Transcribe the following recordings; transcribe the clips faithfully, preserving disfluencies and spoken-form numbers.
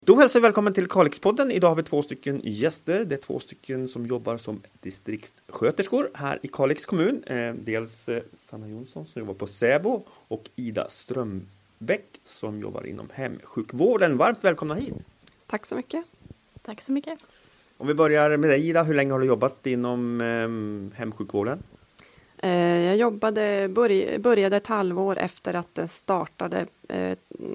Då hälsar vi välkommen till Kalixpodden. Idag har vi två stycken gäster. Det är två stycken som jobbar som distriktssköterskor här i Kalix kommun. Eh, dels eh, Sanna Jonsson som jobbar på Säbo och Ida Strömbäck som jobbar inom hemsjukvården. Varmt välkomna hit. Tack så mycket. Tack så mycket. Om vi börjar med dig Ida, hur länge har du jobbat inom eh, hemsjukvården? Eh, jag jobbade, börj- började ett halvår efter att den startade eh,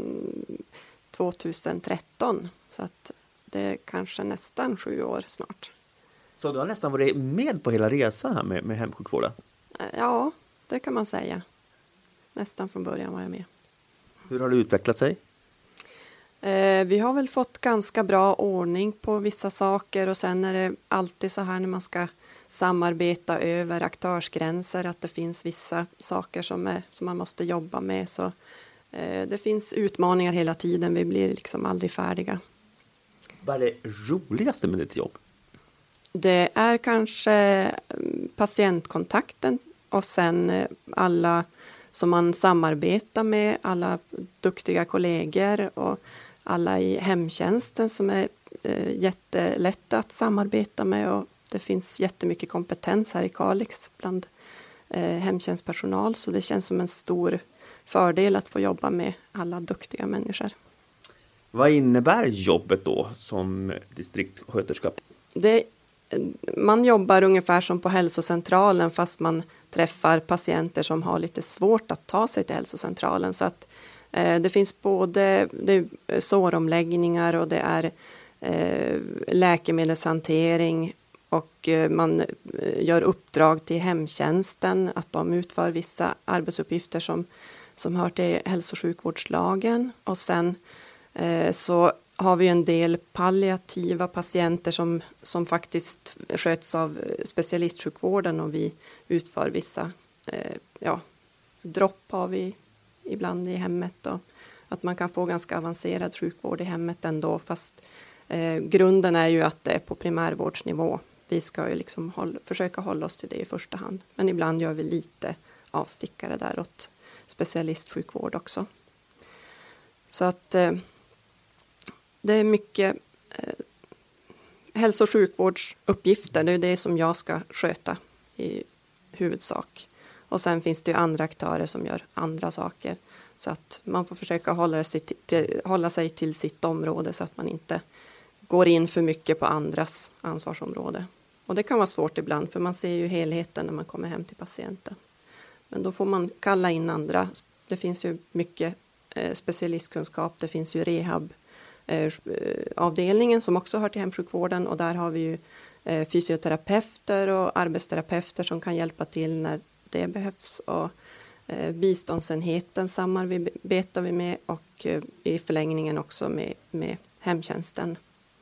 tjugohundratretton. Så att det är kanske nästan sju år snart. Så du har nästan varit med på hela resan här med, med hemsjukvården? Eh, ja, det kan man säga. Nästan från början var jag med. Hur har det utvecklat sig? Eh, vi har väl fått ganska bra ordning på vissa saker och sen är det alltid så här när man ska samarbeta över aktörsgränser att det finns vissa saker som, är, som man måste jobba med. Så eh, det finns utmaningar hela tiden, vi blir liksom aldrig färdiga. Vad är det roligaste med ditt jobb? Det är kanske patientkontakten och sen eh, alla som man samarbetar med, alla duktiga kollegor och alla i hemtjänsten som är eh, jättelätta att samarbeta med och det finns jättemycket kompetens här i Kalix bland eh, hemtjänstpersonal så det känns som en stor fördel att få jobba med alla duktiga människor. Vad innebär jobbet då som distriktssköterska? Det, man jobbar ungefär som på hälsocentralen fast man träffar patienter som har lite svårt att ta sig till hälsocentralen så att eh, det finns både det är såromläggningar och det är eh, läkemedelshantering och eh, man gör uppdrag till hemtjänsten att de utför vissa arbetsuppgifter som, som hör till hälso- och sjukvårdslagen och sen eh, så har vi en del palliativa patienter som, som faktiskt sköts av specialistsjukvården och vi utför vissa eh, ja, dropp har vi ibland i hemmet och att man kan få ganska avancerad sjukvård i hemmet ändå fast eh, grunden är ju att det är på primärvårdsnivå. Vi ska ju liksom hålla, försöka hålla oss till det i första hand men ibland gör vi lite avstickare där åt specialistsjukvård också. Så att eh, det är mycket eh, hälso- och sjukvårdsuppgifter. Det är det som jag ska sköta i huvudsak. Och sen finns det ju andra aktörer som gör andra saker. Så att man får försöka hålla sig till, till, hålla sig till sitt område så att man inte går in för mycket på andras ansvarsområde. Och det kan vara svårt ibland för man ser ju helheten när man kommer hem till patienten. Men då får man kalla in andra. Det finns ju mycket eh, specialistkunskap. Det finns ju rehab. Eh, avdelningen som också hör till hemsjukvården och där har vi ju eh, fysioterapeuter och arbetsterapeuter som kan hjälpa till när det behövs och eh, biståndsenheten samarbetar vi med och eh, i förlängningen också med, med hemtjänsten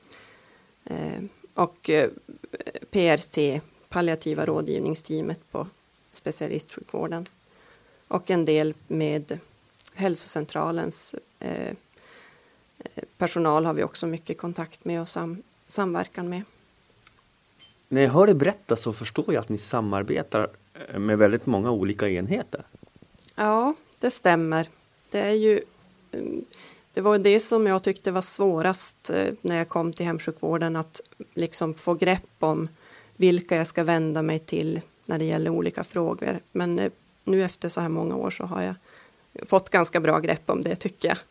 eh, och eh, P R C, palliativa rådgivningsteamet på specialistsjukvården och en del med hälsocentralens eh, personal har vi också mycket kontakt med och sam- samverkan med. När jag hör dig berätta så förstår jag att ni samarbetar med väldigt många olika enheter. Ja, det stämmer. Det är ju det var det som jag tyckte var svårast när jag kom till hemsjukvården att liksom få grepp om vilka jag ska vända mig till när det gäller olika frågor. Men nu efter så här många år så har jag fått ganska bra grepp om det tycker jag.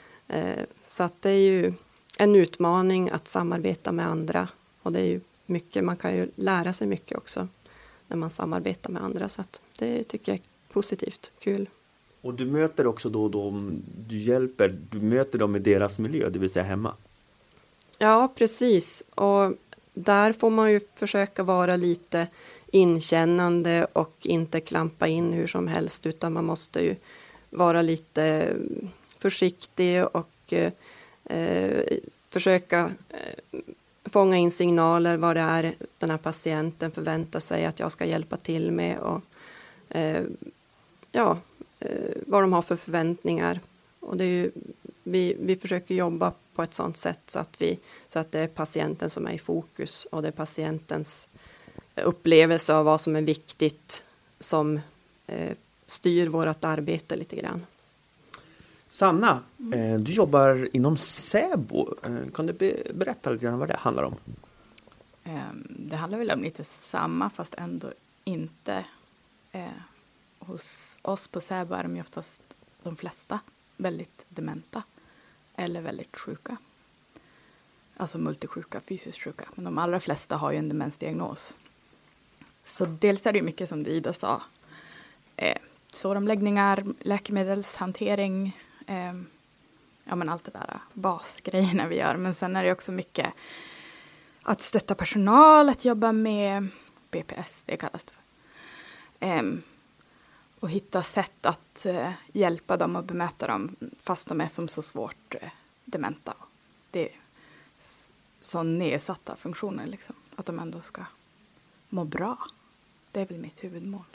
Så att det är ju en utmaning att samarbeta med andra och det är ju mycket, man kan ju lära sig mycket också när man samarbetar med andra så att det tycker jag är positivt, kul. Och du möter också då de du hjälper, du möter dem i deras miljö, det vill säga hemma? Ja, precis och där får man ju försöka vara lite inkännande och inte klampa in hur som helst utan man måste ju vara lite försiktig och eh, försöka eh, fånga in signaler vad det är den här patienten förväntar sig att jag ska hjälpa till med och eh, ja, eh, vad de har för förväntningar och det är ju, vi, vi försöker jobba på ett sådant sätt så att, vi, så att det är patienten som är i fokus och det är patientens upplevelse av vad som är viktigt som eh, styr vårt arbete lite grann. Sanna, mm. du jobbar inom SÄBO. Kan du be- berätta lite grann vad det handlar om? Det handlar väl om lite samma fast ändå inte. Eh, hos oss på SÄBO är de ju oftast de flesta väldigt dementa eller väldigt sjuka. Alltså multisjuka, fysiskt sjuka. Men de allra flesta har ju en demensdiagnos. Så dels är det ju mycket som Ida sa. Eh, såromläggningar, läkemedelshantering, eh, ja men allt det där basgrejerna vi gör. Men sen är det också mycket att stötta personal, att jobba med B P S, det kallas det för. Eh, och hitta sätt att eh, hjälpa dem och bemöta dem fast de är som så svårt eh, dementa. Det är s- så nedsatta funktioner liksom. Att de ändå ska må bra. Det är väl mitt huvudmål.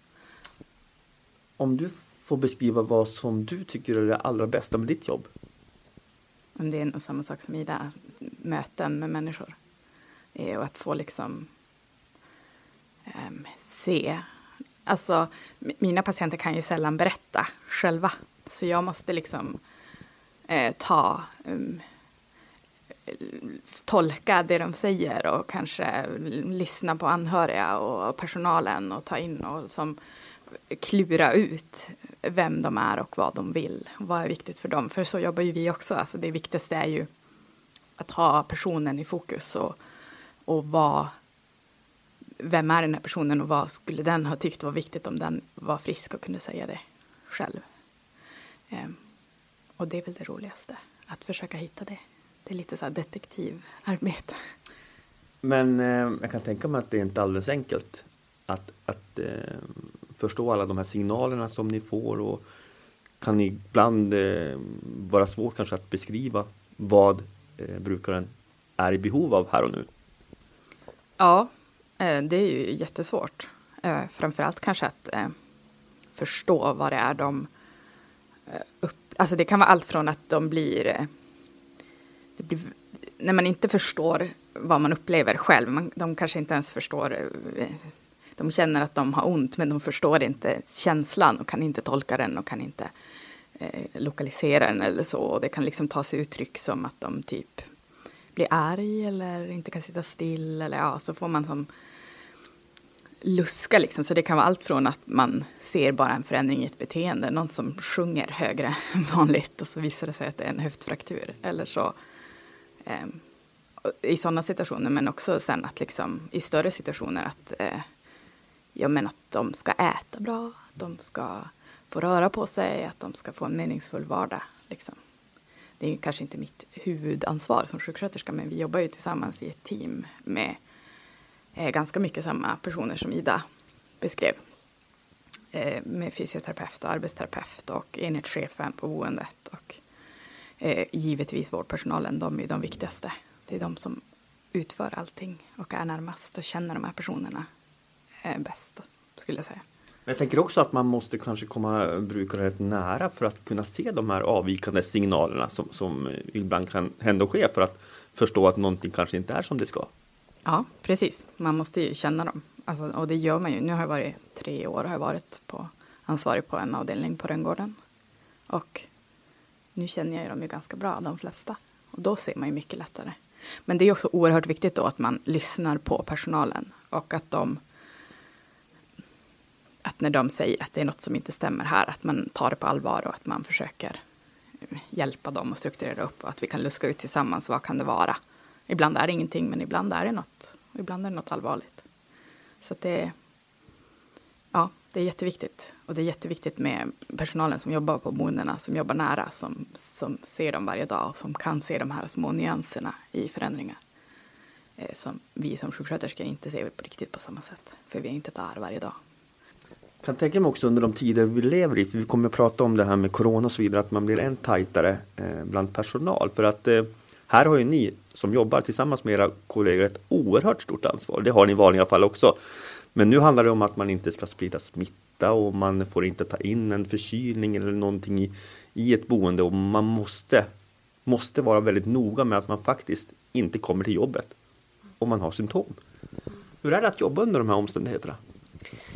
Om du får beskriva vad som du tycker är det allra bästa med ditt jobb? Men det är nog samma sak som Ida. Möten med människor. Det är att få liksom um, se. Alltså mina patienter kan ju sällan berätta själva. Så jag måste liksom eh, ta um, tolka det de säger och kanske lyssna på anhöriga och personalen och ta in och som klura ut vem de är och vad de vill. Vad är viktigt för dem. För så jobbar ju vi också. Alltså det viktigaste är ju att ha personen i fokus och, och vad, vem är den här personen och vad skulle den ha tyckt var viktigt om den var frisk och kunde säga det själv. Um, och det är väl det roligaste. Att försöka hitta det. Det är lite så här detektivarbete. Men eh, jag kan tänka mig att det är inte alldeles enkelt att, att eh, förstå alla de här signalerna som ni får och kan ibland eh, vara svårt kanske att beskriva vad eh, brukaren är i behov av här och nu. Ja, eh, det är ju jättesvårt. Eh, framförallt kanske att eh, förstå vad det är de eh, upp... Alltså det kan vara allt från att de blir... Eh, det blir när man inte förstår vad man upplever själv. Man, de kanske inte ens förstår... Eh, de känner att de har ont men de förstår inte känslan och kan inte tolka den och kan inte eh, lokalisera den eller så. Och det kan liksom ta sig uttryck som att de typ blir arg eller inte kan sitta still. Eller ja, så får man som luska liksom. Så det kan vara allt från att man ser bara en förändring i ett beteende. Någon som sjunger högre än vanligt och så visar det sig att det är en höftfraktur. Eller så eh, i sådana situationer men också sen att liksom i större situationer att eh, jag menar att de ska äta bra, att de ska få röra på sig, att de ska få en meningsfull vardag. Liksom. Det är ju kanske inte mitt huvudansvar som sjuksköterska, men vi jobbar ju tillsammans i ett team med eh, ganska mycket samma personer som Ida beskrev. Eh, med fysioterapeut och arbetsterapeut och enhetschefen på boendet och eh, givetvis vårdpersonalen, de är de viktigaste. Det är de som utför allting och är närmast och känner de här personerna bäst, skulle jag säga. Jag tänker också att man måste kanske komma brukare rätt nära för att kunna se de här avvikande signalerna som, som ibland kan hända och ske för att förstå att någonting kanske inte är som det ska. Ja, precis. Man måste ju känna dem. Alltså, och det gör man ju. Nu har jag varit tre år har jag varit på, ansvarig på en avdelning på Rönngården. Och nu känner jag ju dem ju ganska bra, de flesta. Och då ser man ju mycket lättare. Men det är också oerhört viktigt då att man lyssnar på personalen och att de att när de säger att det är något som inte stämmer här, att man tar det på allvar och att man försöker hjälpa dem och strukturera upp och att vi kan luska ut tillsammans vad kan det vara. Ibland är det ingenting men ibland är det något, ibland är det något allvarligt. Så att det, ja, det är jätteviktigt och det är jätteviktigt med personalen som jobbar på boendena, som jobbar nära, som, som ser dem varje dag och som kan se de här små nyanserna i förändringar. Eh, som vi som sjuksköterskor inte ser på riktigt på samma sätt, för vi är inte där varje dag. Jag kan tänka mig också under de tider vi lever i, för vi kommer att prata om det här med corona och så vidare, att man blir än tajtare eh, bland personal. För att eh, här har ju ni som jobbar tillsammans med era kollegor ett oerhört stort ansvar. Det har ni i vanliga fall också. Men nu handlar det om att man inte ska sprida smitta och man får inte ta in en förkylning eller någonting i, i ett boende. Och man måste, måste vara väldigt noga med att man faktiskt inte kommer till jobbet om man har symptom. Hur är det att jobba under de här omständigheterna?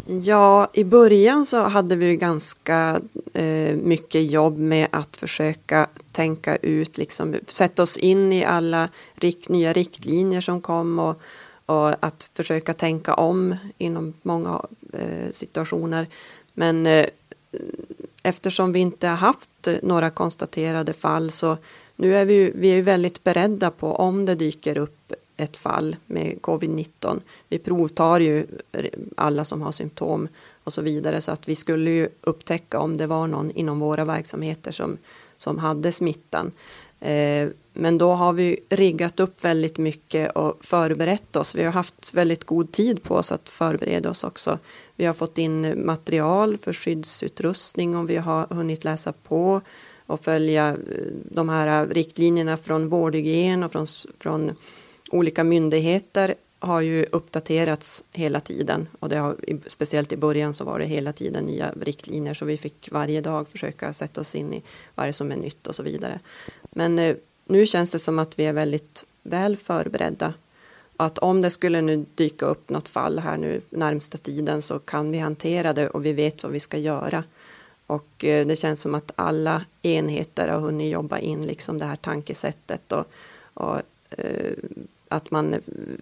Ja, i början så hade vi ganska eh, mycket jobb med att försöka tänka ut, liksom, sätta oss in i alla rik- nya riktlinjer som kom och, och att försöka tänka om inom många eh, situationer. Men eh, eftersom vi inte har haft några konstaterade fall så nu är vi ju, vi är väldigt beredda på om det dyker upp ett fall med covid nitton. Vi provtar ju alla som har symptom och så vidare så att vi skulle ju upptäcka om det var någon inom våra verksamheter som, som hade smittan. Eh, men då har vi riggat upp väldigt mycket och förberett oss. Vi har haft väldigt god tid på oss att förbereda oss också. Vi har fått in material för skyddsutrustning och vi har hunnit läsa på och följa de här riktlinjerna från vårdhygien och från, från olika myndigheter har ju uppdaterats hela tiden och det har, speciellt i början så var det hela tiden nya riktlinjer så vi fick varje dag försöka sätta oss in i vad det som är nytt och så vidare. Men eh, nu känns det som att vi är väldigt väl förberedda. Att om det skulle nu dyka upp något fall här nu närmsta tiden så kan vi hantera det och vi vet vad vi ska göra. Och eh, det känns som att alla enheter har hunnit jobba in liksom det här tankesättet och, och eh, att man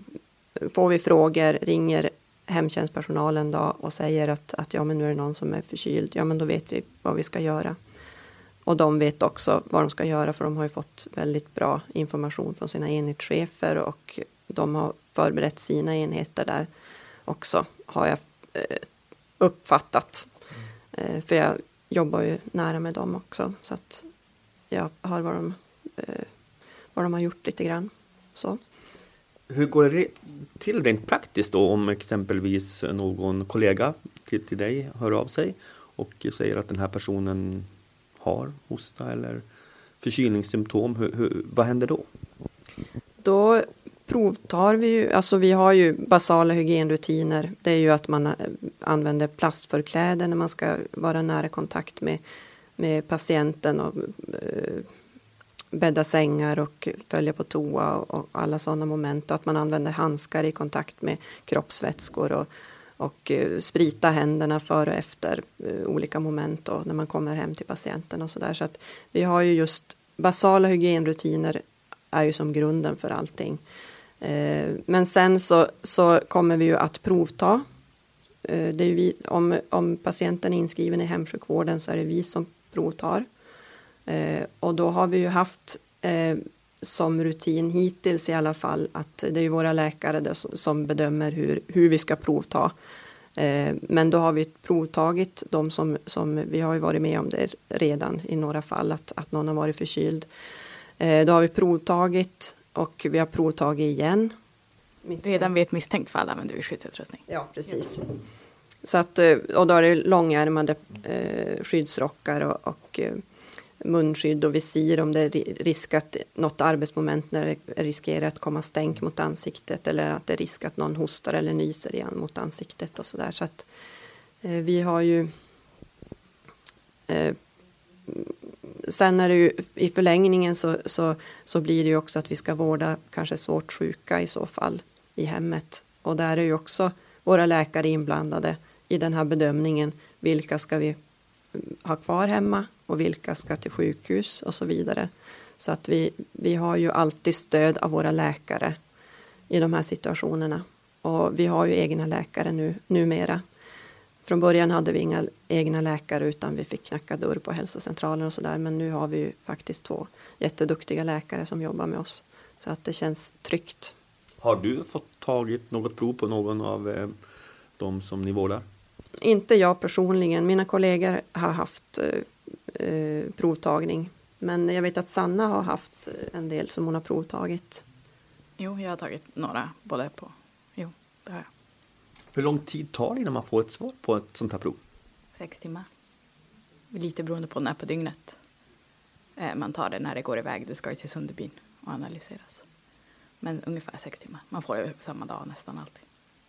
får vi frågor, ringer hemtjänstpersonalen då och säger att, att ja men nu är det någon som är förkyld, ja men då vet vi vad vi ska göra. Och de vet också vad de ska göra för de har ju fått väldigt bra information från sina enhetschefer och de har förberett sina enheter där också har jag eh, uppfattat. Mm. Eh, för jag jobbar ju nära med dem också så att jag hör vad de, eh, vad de har gjort lite grann. Så. Hur går det till rent praktiskt då om exempelvis någon kollega till, till dig hör av sig och säger att den här personen har hosta eller förkylningssymptom? Hur, hur, vad händer då? Då provtar vi ju, alltså vi har ju basala hygienrutiner. Det är ju att man använder plastförkläden när man ska vara nära kontakt med, med patienten och eh, bädda sängar och följa på toa och alla sådana moment. Och att man använder handskar i kontakt med kroppsvätskor och, och sprita händerna före och efter olika moment och när man kommer hem till patienten och sådär. Så att vi har ju just basala hygienrutiner är ju som grunden för allting. Men sen så, så kommer vi ju att provta. Det är ju vi, om, om patienten är inskriven i hemsjukvården så är det vi som provtar. Eh, och då har vi ju haft eh, som rutin hittills i alla fall att det är ju våra läkare där som, som bedömer hur, hur vi ska provta. Eh, men då har vi provtagit de som, som vi har ju varit med om det redan i några fall att, att någon har varit förkyld. Eh, då har vi provtagit och vi har provtagit igen. Misstänkt. Redan vid ett misstänkt fall använder vi skyddsutrustning. Ja, precis. Så att, och då är det långärmade eh, skyddsrockar och, och munskydd och visir om det är risk att något arbetsmoment när det riskerar att komma stänk mot ansiktet eller att det är risk att någon hostar eller nyser igen mot ansiktet och sådär. Så att eh, vi har ju eh, sen är det ju i förlängningen så, så, så blir det ju också att vi ska vårda kanske svårt sjuka i så fall i hemmet. Och där är ju också våra läkare inblandade i den här bedömningen. Vilka ska vi ha kvar hemma och vilka ska till sjukhus och så vidare. Så att vi, vi har ju alltid stöd av våra läkare i de här situationerna. Och vi har ju egna läkare nu, numera. Från början hade vi inga egna läkare utan vi fick knacka dörr på hälsocentralen och sådär. Men nu har vi ju faktiskt två jätteduktiga läkare som jobbar med oss. Så att det känns tryggt. Har du fått tagit något prov på någon av eh, de som ni vårdar? Inte jag personligen. Mina kollegor har haft eh, provtagning. Men jag vet att Sanna har haft en del som hon har provtagit. Jo, jag har tagit några både på. Jo, det har jag. Hur lång tid tar det innan man får ett svar på ett sånt här prov? Sex timmar. Lite beroende på när på dygnet eh, man tar det när det går iväg. Det ska ju till Sunderbyn och analyseras. Men ungefär sex timmar. Man får det samma dag nästan alltid.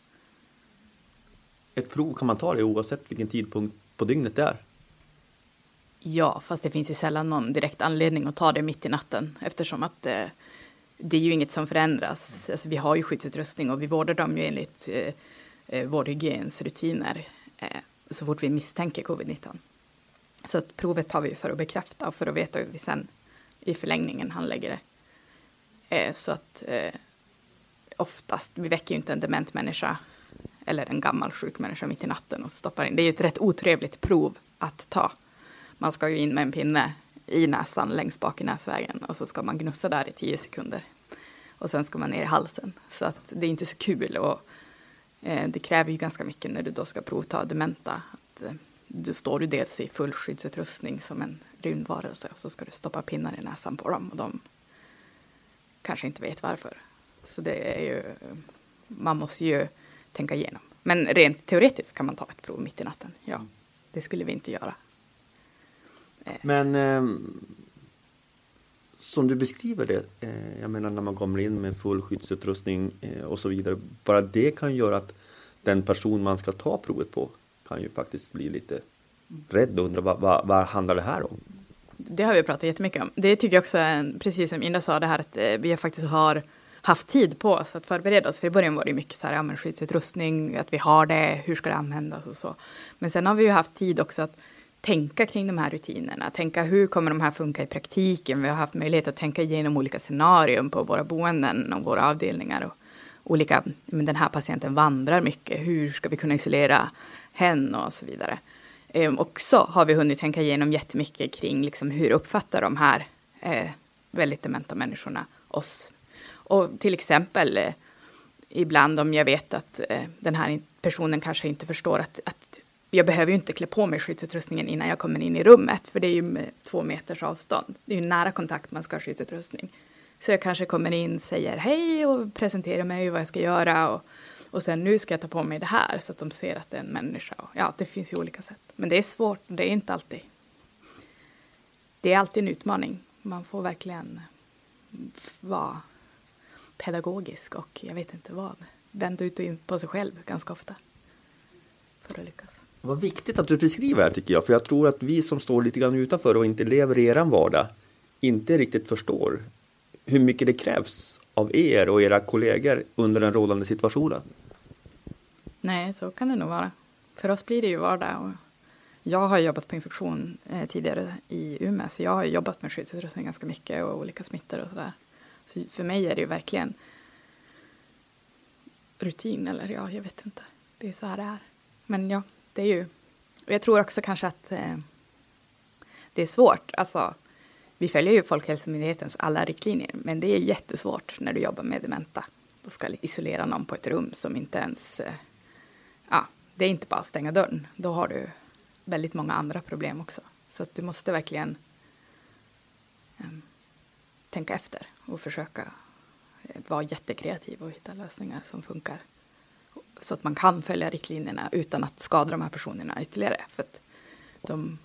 Ett prov kan man ta det oavsett vilken tidpunkt på dygnet det är? Ja, fast det finns ju sällan någon direkt anledning att ta det mitt i natten. Eftersom att eh, det är ju inget som förändras. Alltså, vi har ju skyddsutrustning och vi vårdar dem ju enligt eh, vårdhygiens rutiner eh, så fort vi misstänker covid nitton. Så att provet tar vi för att bekräfta och för att veta hur vi sen i förlängningen handlägger det. Eh, så att eh, oftast, vi väcker ju inte en dement människa eller en gammal sjuk människa mitt i natten och stoppar in. Det är ju ett rätt otrevligt prov att ta. Man ska ju in med en pinne i näsan längst bak i näsvägen och så ska man gnussa där i tio sekunder. Och sen ska man ner i halsen. Så att det är inte så kul och eh, det kräver ju ganska mycket när du då ska provta dementa. Att, eh, du står ju dels i full skyddsutrustning som en rymdvarelse och så ska du stoppa pinnar i näsan på dem och de kanske inte vet varför. Så det är ju, man måste ju tänka igenom. Men rent teoretiskt kan man ta ett prov mitt i natten. Ja, det skulle vi inte göra. Men eh, som du beskriver det, eh, jag menar när man kommer in med full skyddsutrustning eh, och så vidare, bara det kan göra att den person man ska ta provet på kan ju faktiskt bli lite rädd och undra vad, vad, vad handlar det här om? Det har vi pratat jättemycket om. Det tycker jag också är, precis som Ida sa, det här att eh, vi faktiskt har haft tid på oss att förbereda oss. För i början var det mycket så här, ja men skyddsutrustning, att vi har det, hur ska det användas och så. Men sen har vi ju haft tid också att tänka kring de här rutinerna. Tänka hur kommer de här funka i praktiken. Vi har haft möjlighet att tänka igenom olika scenarion på våra boenden och våra avdelningar. Och olika, men den här patienten vandrar mycket. Hur ska vi kunna isolera henne och så vidare. Eh, och så har vi hunnit tänka igenom jättemycket kring liksom, hur uppfattar de här eh, väldigt dementa människorna oss. Och till exempel eh, ibland om jag vet att eh, den här personen kanske inte förstår att, att jag behöver ju inte klä på mig skyddsutrustningen innan jag kommer in i rummet. För det är ju med två meters avstånd. Det är ju nära kontakt man ska ha skyddsutrustning. Så jag kanske kommer in, säger hej och presenterar mig vad jag ska göra. Och, och sen nu ska jag ta på mig det här så att de ser att det är en människa. Och, ja, det finns ju olika sätt. Men det är svårt. Det är inte alltid. Det är alltid en utmaning. Man får verkligen vara pedagogisk och jag vet inte vad. Vända ut och in på sig själv ganska ofta. För att lyckas. Vad viktigt att du beskriver det här tycker jag. För jag tror att vi som står lite grann utanför och inte lever i eran vardag inte riktigt förstår hur mycket det krävs av er och era kollegor under den rådande situationen. Nej, så kan det nog vara. För oss blir det ju vardag. Och jag har jobbat på infektion eh, tidigare i Umeå. Så jag har jobbat med skyddsutrustning ganska mycket och olika smittor och sådär. Så för mig är det ju verkligen rutin eller ja, jag vet inte. Det är så här det är. Men ja, det är ju... Och jag tror också kanske att eh, det är svårt. Alltså, vi följer ju Folkhälsomyndighetens alla riktlinjer. Men det är jättesvårt när du jobbar med dementa. Då ska isolera någon på ett rum som inte ens... Eh, ja, det är inte bara att stänga dörren. Då har du väldigt många andra problem också. Så att du måste verkligen eh, tänka efter. Och försöka eh, vara jättekreativ och hitta lösningar som funkar. Så att man kan följa riktlinjerna utan att skada de här personerna ytterligare. För att de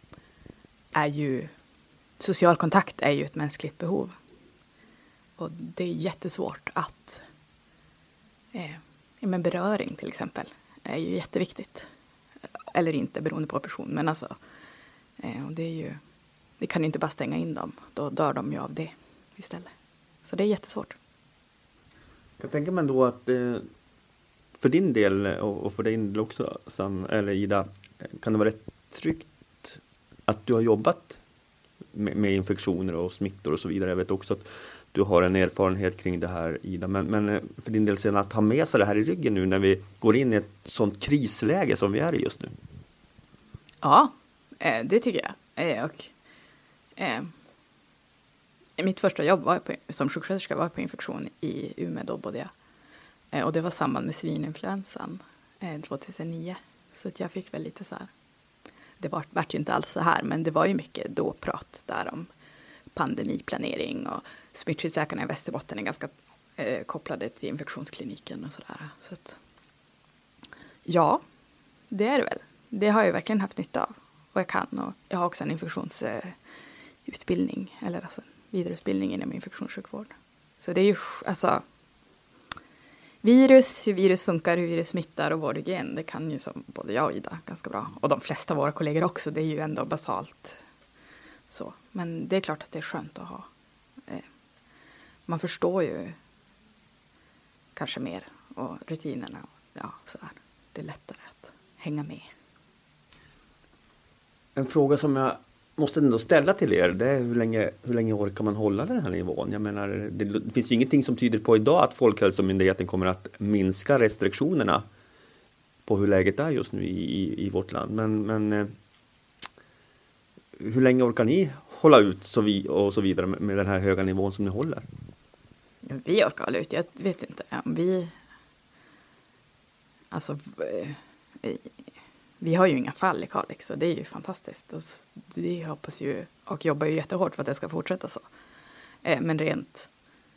är ju... Social kontakt är ju ett mänskligt behov. Och det är jättesvårt att... Eh, men beröring till exempel är ju jätteviktigt. Eller inte beroende på person. Men alltså... Eh, och det är ju... Vi kan ju inte bara stänga in dem. Då dör de ju av det istället. Så det är jättesvårt. Jag tänker mig då att... Eh... För din del och för din del också, San, eller Ida, kan det vara rätt tryggt att du har jobbat med, med infektioner och smittor och så vidare. Jag vet också att du har en erfarenhet kring det här, Ida. Men, men för din del sen att ha med sig det här i ryggen nu när vi går in i ett sånt krisläge som vi är i just nu. Ja, det tycker jag. Och, eh, mitt första jobb var på, som sjuksköterska var på infektion i Umeå då bodde jag. Och det var samband med svininfluensan eh, tjugohundranio. Så att jag fick väl lite så här. Det var, var ju inte alls så här. Men det var ju mycket då prat där om pandemiplanering. Och smittskyddsläkarna i Västerbotten är ganska eh, kopplade till infektionskliniken och sådär. Så att ja, det är det väl. Det har jag verkligen haft nytta av. Och jag kan. Och jag har också en infektionsutbildning. Eh, eller alltså vidareutbildning inom infektionssjukvård. Så det är ju alltså... Virus, hur virus funkar, hur virus smittar och vårdhygien, det kan ju som både jag och Ida ganska bra. Och de flesta av våra kollegor också, det är ju ändå basalt så. Men det är klart att det är skönt att ha. Eh, man förstår ju kanske mer och rutinerna, ja sådär. Det är lättare att hänga med. En fråga som jag måste ändå ställa till er, det är hur länge, hur länge orkar man hålla den här nivån? Jag menar, det, det finns ju ingenting som tyder på idag att Folkhälsomyndigheten kommer att minska restriktionerna på hur läget är just nu i, i, i vårt land. Men, men eh, hur länge orkar ni hålla ut så vi, och så vidare med, med den här höga nivån som ni håller? Vi orkar hålla ut, jag vet inte om vi... Alltså... Eh, vi har ju inga fall i Kalix och det är ju fantastiskt. Och vi hoppas ju och jobbar ju jättehårt för att det ska fortsätta så. Eh, men rent...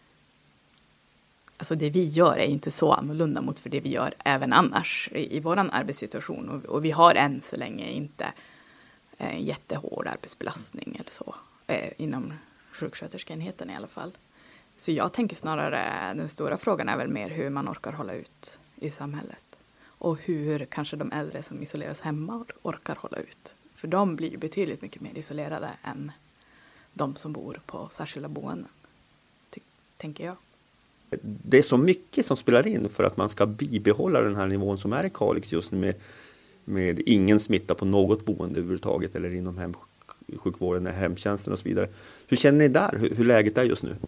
Alltså det vi gör är inte så annorlunda mot för det vi gör även annars i, i vår arbetssituation. Och, och vi har än så länge inte eh, jättehård arbetsbelastning eller så. Eh, inom sjuksköterskeenheten i alla fall. Så jag tänker snarare, den stora frågan är väl mer hur man orkar hålla ut i samhället. Och hur kanske de äldre som isoleras hemma orkar hålla ut. För de blir ju betydligt mycket mer isolerade än de som bor på särskilda boenden. Ty- tänker jag. Det är så mycket som spelar in för att man ska bibehålla den här nivån som är i Kalix just nu med, med ingen smitta på något boende överhuvudtaget eller inom hemsjukvården, hemtjänsten och så vidare. Hur känner ni där? Hur, hur läget är just nu?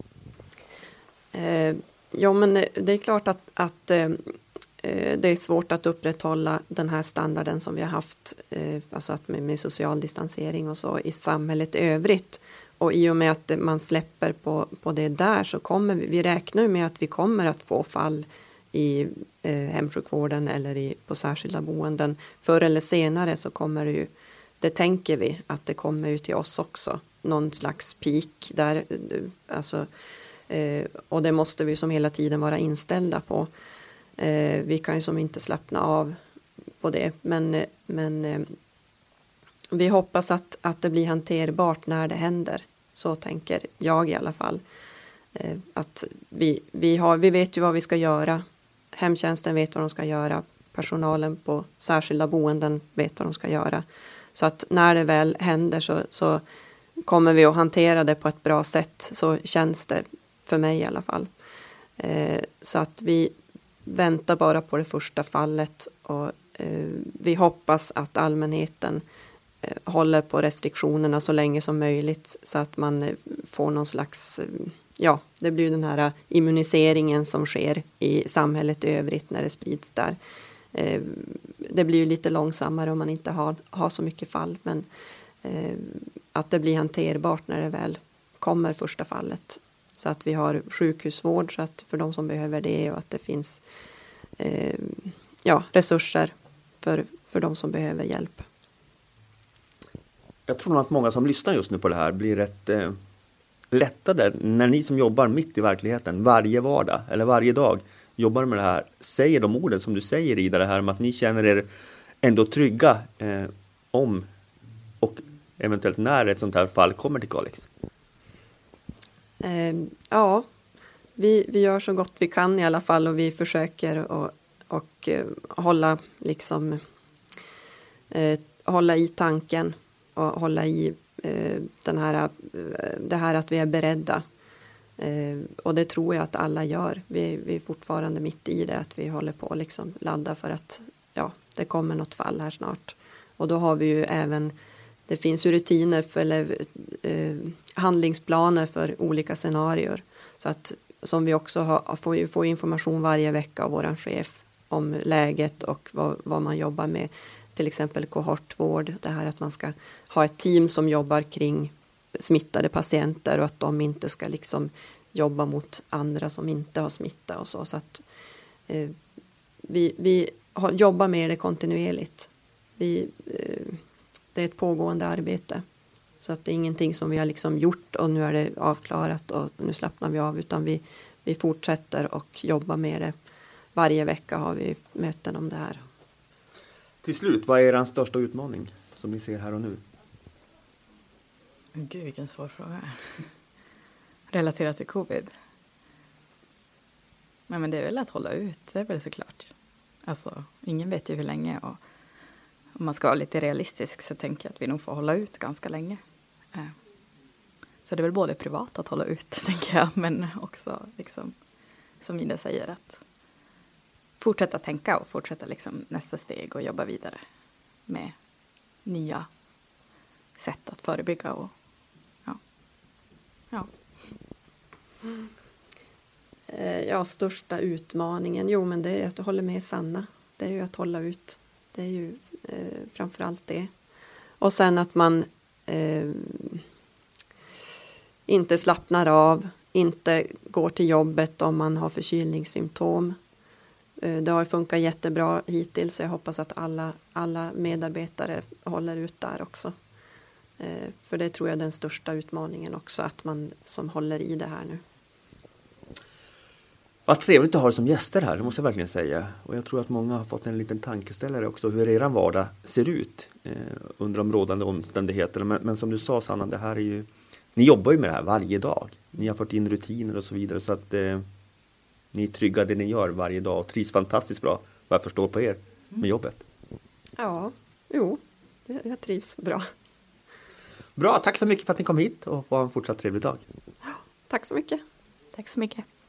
Eh, ja, men det är klart att, att eh, det är svårt att upprätthålla den här standarden som vi har haft, eh, alltså att med, med social distansering och så i samhället i övrigt. Och i och med att man släpper på, på det där så kommer vi, vi räknar med att vi kommer att få fall i eh, hemsjukvården eller i, på särskilda boenden. Förr eller senare så kommer det ju, det tänker vi, att det kommer ut till oss också. Någon slags peak där, alltså, eh, och det måste vi som hela tiden vara inställda på. Eh, vi kan ju som inte slappna av på det, men, men eh, vi hoppas att, att det blir hanterbart när det händer. Så tänker jag i alla fall. Eh, att vi, vi, har, vi vet ju vad vi ska göra. Hemtjänsten vet vad de ska göra. Personalen på särskilda boenden vet vad de ska göra. Så att när det väl händer så, så kommer vi att hantera det på ett bra sätt. Så känns det för mig i alla fall. Eh, så att vi väntar bara på det första fallet. Och eh, vi hoppas att allmänheten håller på restriktionerna så länge som möjligt så att man får någon slags, ja, det blir den här immuniseringen som sker i samhället i övrigt när det sprids där. Det blir ju lite långsammare om man inte har, har så mycket fall, men att det blir hanterbart när det väl kommer första fallet. Så att vi har sjukhusvård så att för de som behöver det och att det finns ja, resurser för, för de som behöver hjälp. Jag tror nog att många som lyssnar just nu på det här blir rätt eh, lättade när ni som jobbar mitt i verkligheten varje vardag eller varje dag jobbar med det här, säger de orden som du säger Ida, det här med att ni känner er ändå trygga eh, om och eventuellt när ett sånt här fall kommer till Kalix. Eh, ja, vi, vi gör så gott vi kan i alla fall och vi försöker och, och eh, hålla liksom eh, hålla i tanken och hålla i eh, den här, eh, det här att vi är beredda. Eh, och det tror jag att alla gör. Vi, vi är fortfarande mitt i det, att vi håller på att liksom ladda för att ja, det kommer något fall här snart. Och då har vi ju även, det finns ju rutiner för, eller eh, handlingsplaner för olika scenarier. Så att, som vi också har, får, får information varje vecka av våran chef om läget och vad, vad man jobbar med. Till exempel kohortvård, det här att man ska ha ett team som jobbar kring smittade patienter och att de inte ska liksom jobba mot andra som inte har smitta och så. Så att eh, vi, vi har, jobbar med det kontinuerligt. Vi, eh, det är ett pågående arbete. Så att det är ingenting som vi har liksom gjort och nu är det avklarat och nu slappnar vi av, utan vi, vi fortsätter och jobbar med det. Varje vecka har vi möten om det här. Till slut, vad är er största utmaning som ni ser här och nu? Gud, vilken svår fråga. Relaterat till covid. Nej, men det är väl att hålla ut, det är väl såklart. Alltså, ingen vet ju hur länge. Och om man ska vara lite realistisk så tänker jag att vi nog får hålla ut ganska länge. Så det är väl både privat att hålla ut, tänker jag. Men också, liksom, som Ida säger, att fortsätta tänka och fortsätta liksom nästa steg och jobba vidare med nya sätt att förebygga. Och, ja. Ja. Ja, största utmaningen, jo men det är att jag håller med Sanna. Det är ju att hålla ut. Det är ju eh, framförallt det. Och sen att man eh, inte slappnar av, inte går till jobbet om man har förkylningssymptom. Eh, det har funkat jättebra hittills, så jag hoppas att alla, alla medarbetare håller ut där också. Eh, för det tror jag är den största utmaningen också, att man som håller i det här nu. Vad trevligt att ha er som gäster här, det måste jag verkligen säga. Och jag tror att många har fått en liten tankeställare också hur er vardag ser ut eh, under de rådande omständigheterna. Men, men som du sa Sanna, det här är ju, ni jobbar ju med det här varje dag. Ni har fått in rutiner och så vidare, så att eh, ni är trygga det ni gör varje dag och trivs fantastiskt bra, vad jag förstår på er, med jobbet. Ja, jo, jag, jag trivs bra. Bra, tack så mycket för att ni kom hit och ha en fortsatt trevlig dag. Tack så mycket. Tack så mycket.